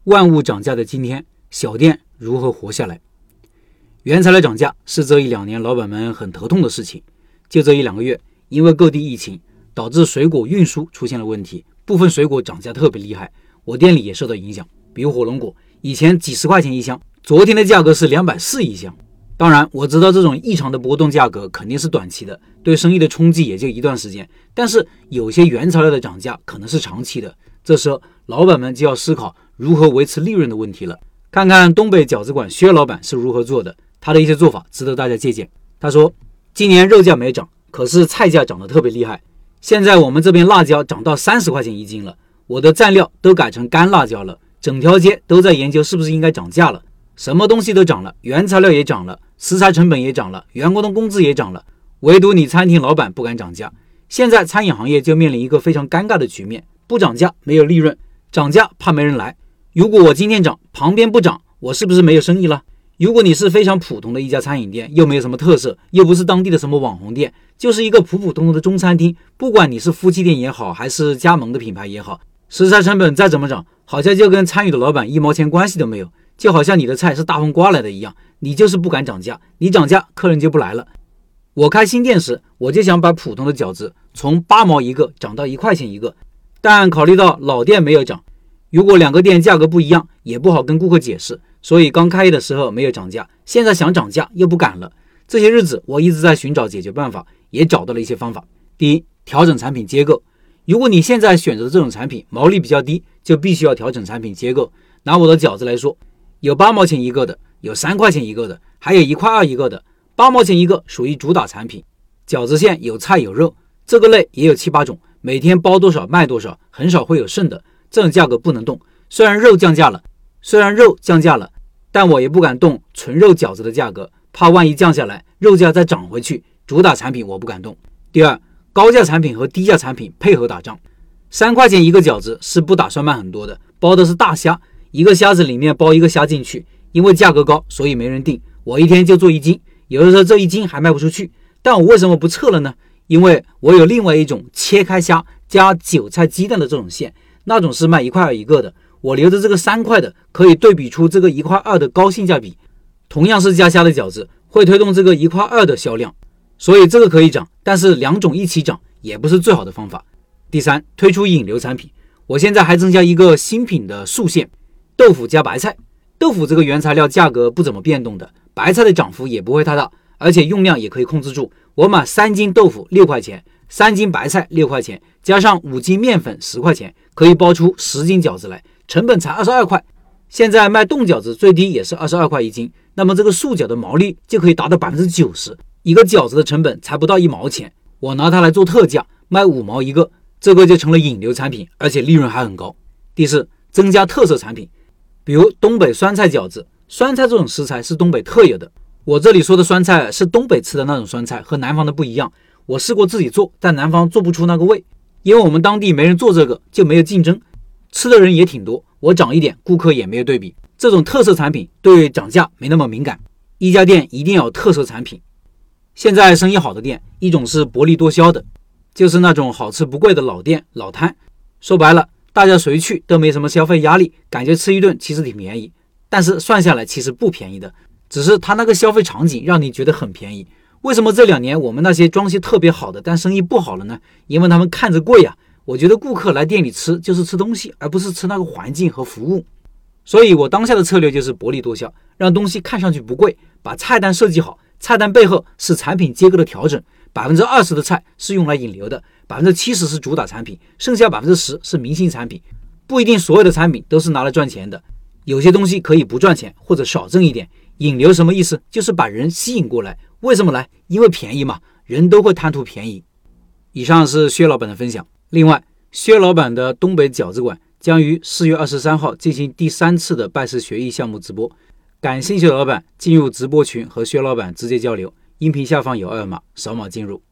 万物涨价的今天，小店如何活下来？原材料涨价是这1-2年老板们很头痛的事情。就这1-2个月，因为各地疫情，导致水果运输出现了问题，部分水果涨价特别厉害，我店里也受到影响。比如火龙果，以前几十块钱一箱，昨天的价格是240一箱。当然，我知道这种异常的波动价格肯定是短期的，对生意的冲击也就一段时间。但是有些原材料的涨价可能是长期的，这时候老板们就要思考如何维持利润的问题了。看看东北饺子馆薛老板是如何做的，他的一些做法值得大家借鉴。他说，今年肉价没涨，可是菜价涨得特别厉害。现在我们这边辣椒涨到30块钱一斤了，我的蘸料都改成干辣椒了，整条街都在研究是不是应该涨价了。什么东西都涨了，原材料也涨了，食材成本也涨了，员工的工资也涨了，唯独你餐厅老板不敢涨价。现在餐饮行业就面临一个非常尴尬的局面，不涨价没有利润，涨价怕没人来。如果我今天涨，旁边不涨，我是不是没有生意了？如果你是非常普通的一家餐饮店，又没有什么特色，又不是当地的什么网红店，就是一个普普通通的中餐厅，不管你是夫妻店也好，还是加盟的品牌也好，食材成本再怎么涨，好像就跟参与的老板1毛钱关系都没有，就好像你的菜是大风刮来的一样，你就是不敢涨价，你涨价客人就不来了。我开新店时，我就想把普通的饺子从8毛一个涨到1块钱一个，但考虑到老店没有涨，如果2个店价格不一样，也不好跟顾客解释，所以刚开业的时候没有涨价，现在想涨价又不敢了。这些日子我一直在寻找解决办法，也找到了一些方法。第一，调整产品结构。如果你现在选择的这种产品毛利比较低，就必须要调整产品结构。拿我的饺子来说，有8毛钱一个的，有3块钱一个的，还有1块2一个的。8毛钱一个属于主打产品，饺子馅有菜有肉，这个类也有7、8种，每天包多少卖多少，很少会有剩的，这种价格不能动。虽然肉降价了，但我也不敢动纯肉饺子的价格，怕万一降下来，肉价再涨回去，主打产品我不敢动。第二，高价产品和低价产品配合打仗。3块钱一个饺子是不打算卖很多的，包的是大虾，一个虾子里面包一个虾进去，因为价格高，所以没人订，我一天就做1斤，有的时候这1斤还卖不出去。但我为什么不撤了呢？因为我有另外一种切开虾加韭菜鸡蛋的这种馅，那种是卖1块2一个的，我留着这个3块的，可以对比出这个1块2的高性价比。同样是加虾的饺子，会推动这个1块2的销量，所以这个可以涨，但是2种一起涨也不是最好的方法。第三，推出引流产品。我现在还增加一个新品的素馅，豆腐加白菜。豆腐这个原材料价格不怎么变动的，白菜的涨幅也不会太大，而且用量也可以控制住。我买3斤豆腐6块钱，3斤白菜6块钱，加上5斤面粉10块钱，可以包出10斤饺子来，成本才22块。现在卖冻饺子最低也是22块一斤，那么这个素饺的毛利就可以达到 90%， 一个饺子的成本才不到1毛钱，我拿它来做特价，卖5毛一个，这个就成了引流产品，而且利润还很高。第四，增加特色产品，比如东北酸菜饺子。酸菜这种食材是东北特有的，我这里说的酸菜是东北吃的那种酸菜，和南方的不一样。我试过自己做，但南方做不出那个味，因为我们当地没人做这个，就没有竞争，吃的人也挺多，我涨一点，顾客也没有对比。这种特色产品对涨价没那么敏感，一家店一定要有特色产品。现在生意好的店，一种是薄利多销的，就是那种好吃不贵的老店老摊，说白了大家谁去都没什么消费压力，感觉吃一顿其实挺便宜，但是算下来其实不便宜的，只是他那个消费场景让你觉得很便宜。为什么这2年我们那些装修特别好的但生意不好了呢？因为他们看着贵啊。我觉得顾客来店里吃就是吃东西，而不是吃那个环境和服务。所以我当下的策略就是薄利多销，让东西看上去不贵，把菜单设计好，菜单背后是产品结构的调整， 20% 的菜是用来引流的， 70% 是主打产品，剩下 10% 是明星产品。不一定所有的产品都是拿来赚钱的，有些东西可以不赚钱或者少挣一点。引流什么意思？就是把人吸引过来。为什么来？因为便宜嘛，人都会贪图便宜。以上是薛老板的分享。另外，薛老板的东北饺子馆将于4月23号进行第3次的拜师学艺项目直播，感兴趣的老板进入直播群和薛老板直接交流，音频下方有2维码，扫码进入。